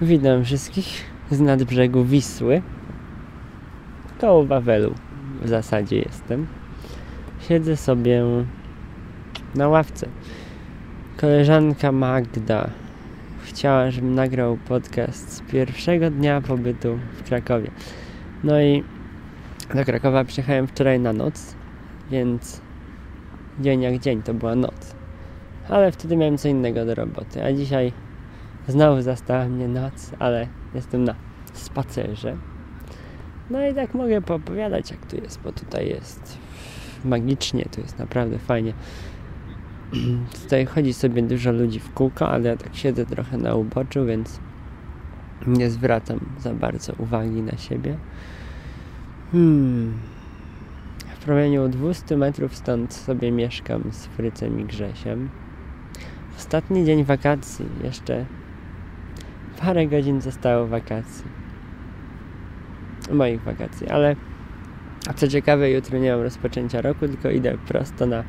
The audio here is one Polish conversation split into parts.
Witam wszystkich z nadbrzegu Wisły. Koło Wawelu w zasadzie jestem. Siedzę sobie na ławce. Koleżanka Magda chciała, żebym nagrał podcast z pierwszego dnia pobytu w Krakowie. No i do Krakowa przyjechałem wczoraj na noc, więc dzień jak dzień to była noc. Ale wtedy miałem co innego do roboty, a dzisiaj znowu zastała mnie noc, ale jestem na spacerze. No i tak mogę poopowiadać, jak tu jest, bo tutaj jest magicznie, tu jest naprawdę fajnie. Tutaj chodzi sobie dużo ludzi w kółko, ale ja tak siedzę trochę na uboczu, więc nie zwracam za bardzo uwagi na siebie. W promieniu 200 metrów stąd sobie mieszkam z Frycem i Grzesiem. Ostatni dzień wakacji, jeszcze parę godzin zostało wakacji. Moich wakacji, ale co ciekawe, jutro nie mam rozpoczęcia roku, tylko idę prosto na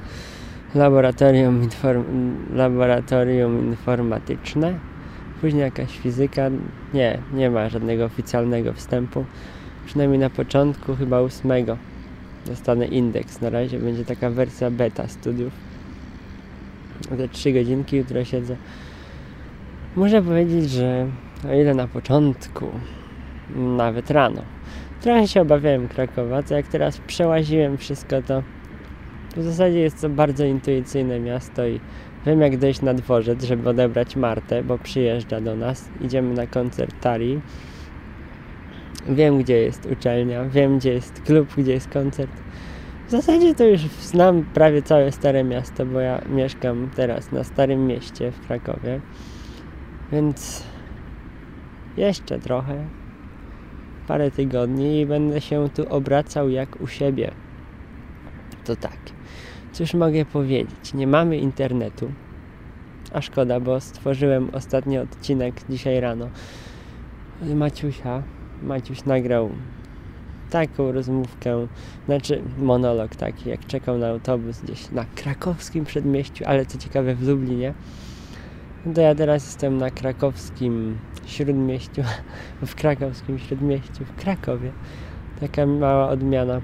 laboratorium informatyczne. Później jakaś fizyka. Nie ma żadnego oficjalnego wstępu. Przynajmniej na początku, chyba 8. dostanę indeks. Na razie będzie taka wersja beta studiów. Za 3 godzinki jutro siedzę. Muszę powiedzieć, że o ile na początku, nawet rano, trochę się obawiałem Krakowa, to jak teraz przełaziłem wszystko, to w zasadzie jest to bardzo intuicyjne miasto i wiem, jak dojść na dworzec, żeby odebrać Martę, bo przyjeżdża do nas. Idziemy na koncert Tarii. Wiem, gdzie jest uczelnia, wiem, gdzie jest klub, gdzie jest koncert. W zasadzie to już znam prawie całe Stare Miasto, bo ja mieszkam teraz na Starym Mieście w Krakowie. Więc jeszcze trochę, parę tygodni i będę się tu obracał jak u siebie. To tak, cóż mogę powiedzieć? Nie mamy internetu, a szkoda, bo stworzyłem ostatni odcinek dzisiaj rano. Maciuś nagrał taką rozmówkę, monolog taki, jak czekał na autobus gdzieś na krakowskim przedmieściu, ale co ciekawe w Lublinie. To ja teraz jestem na krakowskim śródmieściu, w krakowskim śródmieściu, w Krakowie. Taka mała odmiana.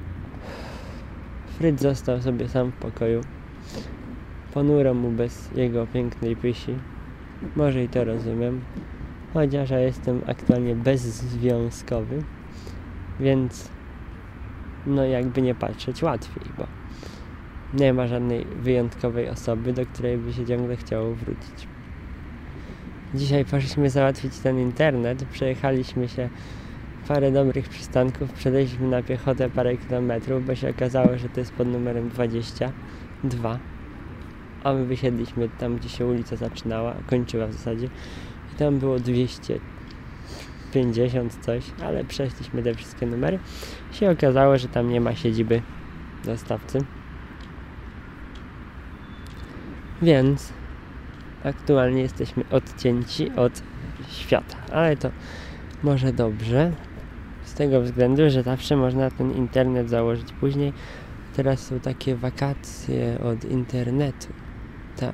Fryc został sobie sam w pokoju. Ponuro mu bez jego pięknej pysi. Może i to rozumiem. Chociaż ja jestem aktualnie bezzwiązkowy. Więc jakby nie patrzeć łatwiej, bo nie ma żadnej wyjątkowej osoby, do której by się ciągle chciało wrócić. Dzisiaj poszliśmy załatwić ten internet, przejechaliśmy się parę dobrych przystanków, przeleźliśmy na piechotę parę kilometrów, bo się okazało, że to jest pod numerem 22, a my wysiedliśmy tam, gdzie się ulica zaczynała, kończyła w zasadzie i tam było 250 coś, ale przeszliśmy te wszystkie numery i się okazało, że tam nie ma siedziby dostawcy. Więc aktualnie jesteśmy odcięci od świata, ale to może dobrze, z tego względu, że zawsze można ten internet założyć później. Teraz są takie wakacje od internetu. Tak.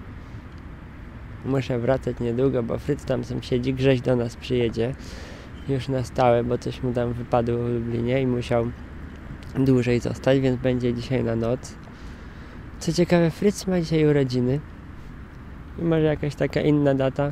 Muszę wracać niedługo, bo Fryc tam siedzi, Grześ do nas przyjedzie już na stałe, bo coś mu tam wypadło w Lublinie i musiał dłużej zostać, więc będzie dzisiaj na noc. Co ciekawe, Fryc ma dzisiaj urodziny. Może jakaś taka inna data,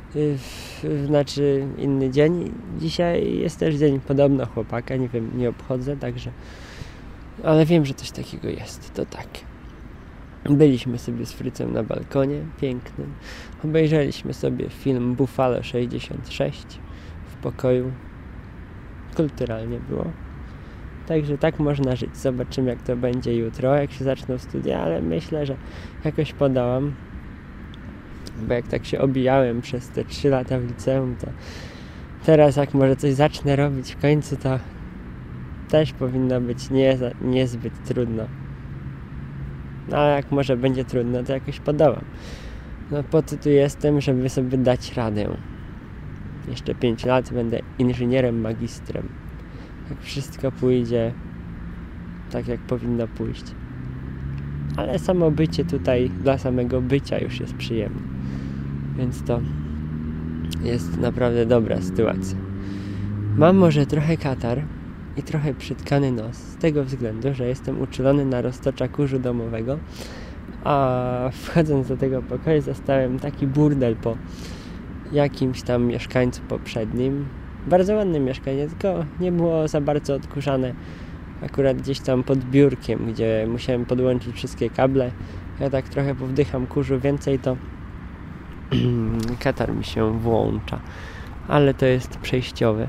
inny dzień. Dzisiaj jest też dzień podobno chłopaka, nie wiem, nie obchodzę, także, ale wiem, że coś takiego jest, to tak. Byliśmy sobie z Frycem na balkonie, pięknym. Obejrzeliśmy sobie film Buffalo 66 w pokoju. Kulturalnie było. Także tak można żyć. Zobaczymy, jak to będzie jutro, jak się zaczną studia, ale myślę, że jakoś podołam. Bo jak tak się obijałem przez te 3 lata w liceum, to teraz jak może coś zacznę robić w końcu, to też powinno być niezbyt trudno. No ale jak może będzie trudno, to jakoś podołam. No po co tu jestem, żeby sobie dać radę. Jeszcze 5 lat będę inżynierem, magistrem. Jak wszystko pójdzie tak, jak powinno pójść. Ale samo bycie tutaj dla samego bycia już jest przyjemne. Więc to jest naprawdę dobra sytuacja. Mam może trochę katar i trochę przytkany nos, z tego względu, że jestem uczulony na roztocza kurzu domowego, a wchodząc do tego pokoju zastałem taki burdel po jakimś tam mieszkańcu poprzednim. Bardzo ładne mieszkanie, tylko nie było za bardzo odkurzane. Akurat gdzieś tam pod biurkiem, gdzie musiałem podłączyć wszystkie kable. Ja tak trochę powdycham kurzu więcej, to katar mi się włącza. Ale to jest przejściowe.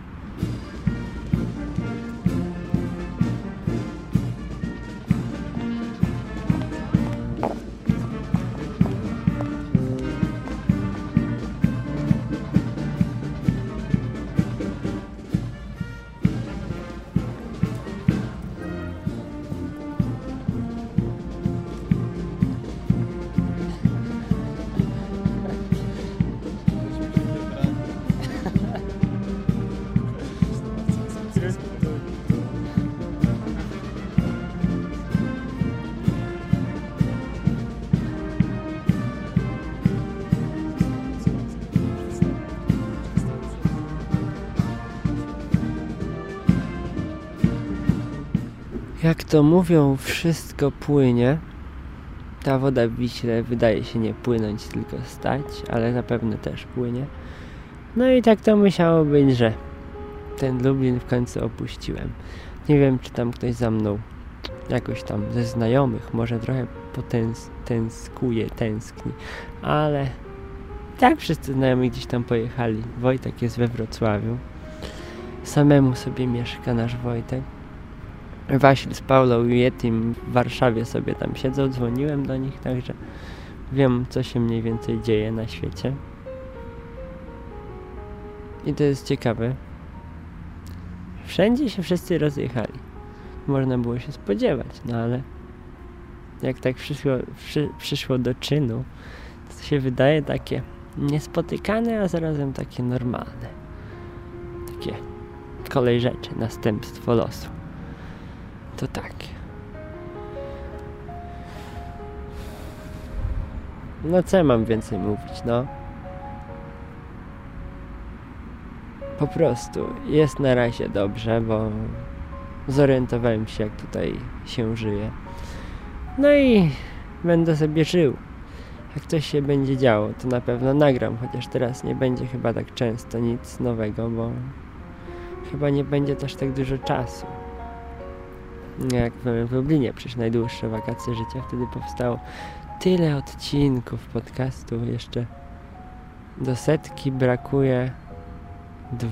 Jak to mówią, wszystko płynie. Ta woda w Wiśle wydaje się nie płynąć, tylko stać, ale zapewne też płynie. No i tak to musiało być, że ten Lublin w końcu opuściłem. Nie wiem, czy tam ktoś za mną jakoś tam ze znajomych, może trochę tęskni, ale tak wszyscy znajomi gdzieś tam pojechali. Wojtek jest we Wrocławiu. Samemu sobie mieszka nasz Wojtek. Wasil z Paulą i Yetim w Warszawie sobie tam siedzą, dzwoniłem do nich, także wiem, co się mniej więcej dzieje na świecie. I to jest ciekawe. Wszędzie się wszyscy rozjechali. Można było się spodziewać, no ale jak tak przyszło do czynu, to się wydaje takie niespotykane, a zarazem takie normalne. Takie kolej rzeczy, następstwo losu. To tak. No co mam więcej mówić, no? Po prostu jest na razie dobrze, bo zorientowałem się, jak tutaj się żyje. No i będę sobie żył. Jak coś się będzie działo, to na pewno nagram, chociaż teraz nie będzie chyba tak często nic nowego, bo chyba nie będzie też tak dużo czasu. Jak w Lublinie, przecież najdłuższe wakacje życia, wtedy powstało tyle odcinków podcastu, jeszcze do 100 brakuje 2.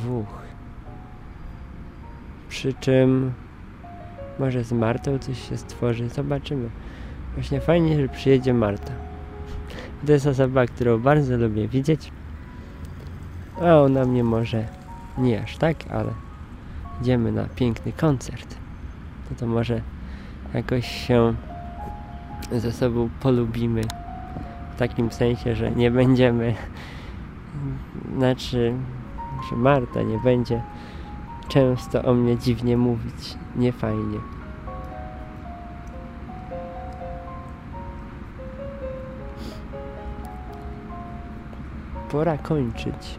Przy czym może z Martą coś się stworzy, zobaczymy. Właśnie fajnie, że przyjedzie Marta. To jest osoba, którą bardzo lubię widzieć, a ona mnie może nie aż tak, ale idziemy na piękny koncert. To może jakoś się ze sobą polubimy w takim sensie, że nie będziemy, znaczy, że Marta nie będzie często o mnie dziwnie mówić, niefajnie. Pora kończyć.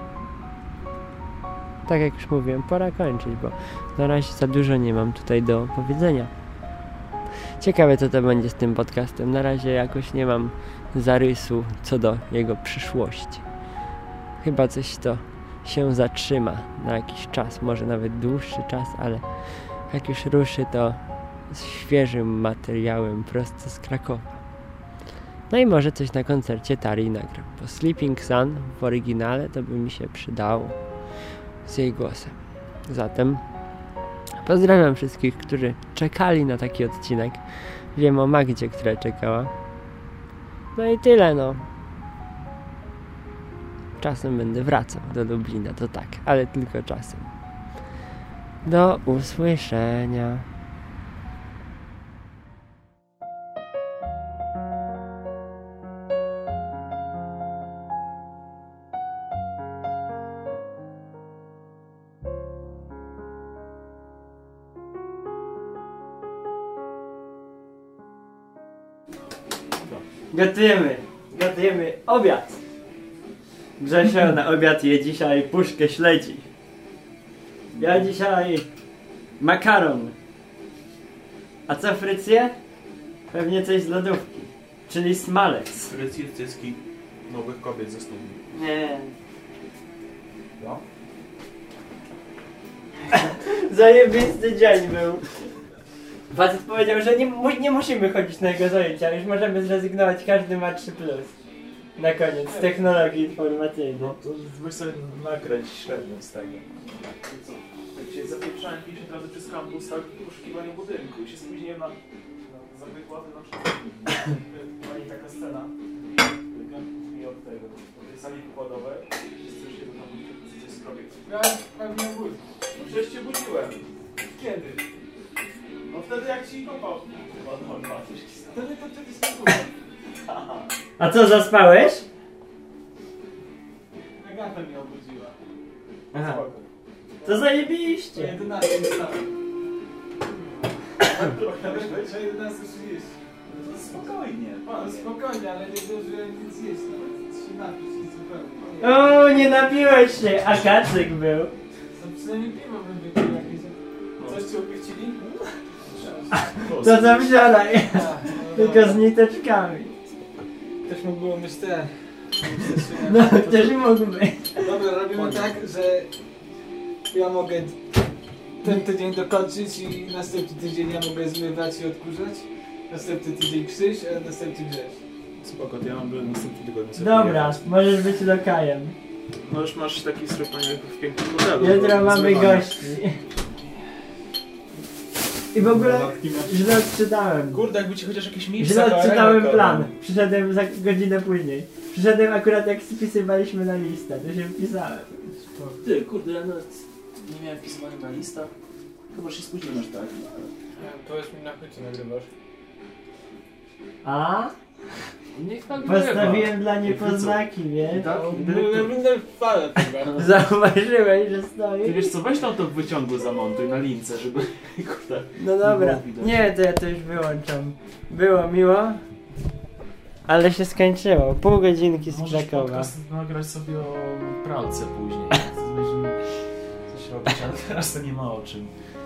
Tak jak już mówiłem, pora kończyć, bo na razie za dużo nie mam tutaj do powiedzenia. Ciekawe, co to będzie z tym podcastem. Na razie jakoś nie mam zarysu co do jego przyszłości. Chyba coś to się zatrzyma na jakiś czas, może nawet dłuższy czas, ale jak już ruszy, to z świeżym materiałem prosto z Krakowa. No i może coś na koncercie Tarii nagram, bo Sleeping Sun w oryginale to by mi się przydało z jej głosem. Zatem pozdrawiam wszystkich, którzy czekali na taki odcinek. Wiem o Magdzie, która czekała. No i tyle, no. Czasem będę wracał do Lublina, to tak, ale tylko czasem. Do usłyszenia. Gotujemy obiad. Grzesio na obiad je dzisiaj puszkę śledzi. Ja dzisiaj makaron. A co Frycje? Pewnie coś z lodówki. Czyli smalec. Frycje cycki nowych kobiet ze studni. Nie. No? Zajebisty dzień był. Facet powiedział, że nie musimy chodzić na jego zajęcia, już możemy zrezygnować, każdy ma 3+. Na koniec, z technologii informacyjnej. No to weź sobie nakręć średnią z tego. Jak się zapieprzałem 50 razy przez kampus, tak, w poszukiwaniu budynku i się spóźniłem na wykłady na przykład. Pani taka scena i od tego, od tej sali wykładowej, wszyscy już się tam coś skrobię. Ja pewnie budzę. No przecież cię budziłem. Kiedy? No wtedy jak ci kopał. Wtedy to wtedy się budziłem. A co, zaspałeś? Agata mnie obudziła. Aha. Spoko. To zajebiście. 11 wstałem. Że 11:30. Spokojnie, pan. Spokojnie, ale nie zdążyłem nic zjeść, nawet się napić i zupełnie. O, nie napiłeś się, a kaczyk był. To przynajmniej piwo bym wypił jakieś. Coś ci opiechcili? To co wczoraj, tylko z niteczkami. Też mogło być te. No, też mógłby. Dobra, robimy tak, że ja mogę ten tydzień dokończyć i następny tydzień ja mogę zmywać i odkurzać. Następny tydzień Krzyś, a następny Grześ. Spoko, to ja mam następny tygodniu sobie Dobra, pojechać. możesz być lokajem. No już masz taki strój jak w pięknym modelu. Jutro bo mamy zmywanie. gości. I w ogóle źle odczytałem. Kurde, jakby ci chociaż jakiś miks Źle odczytałem plan. Przyszedłem za godzinę później. Przyszedłem akurat jak spisywaliśmy na listę, to się wpisałem. Ty, kurde, ja nawet nie miałem wpisywania na lista. Chyba się spóźniłem aż tak. Powiedz mi na płycie nagrywasz. A? Niech tak Postawiłem dla niej poznaki, wiesz? Tak? Ja będę w fale chyba. Zauważyłeś, że Ty stoi? wiesz co, weź tam to w wyciągu zamontuj na lince, żeby... Kurde. No dobra. było widać. Nie, to ja to już wyłączam. Było miło, ale się skończyło. Pół godzinki z Możesz Krakowa. podcast nagrać sobie o pralce później. Coś robić, ale teraz to nie ma o czym.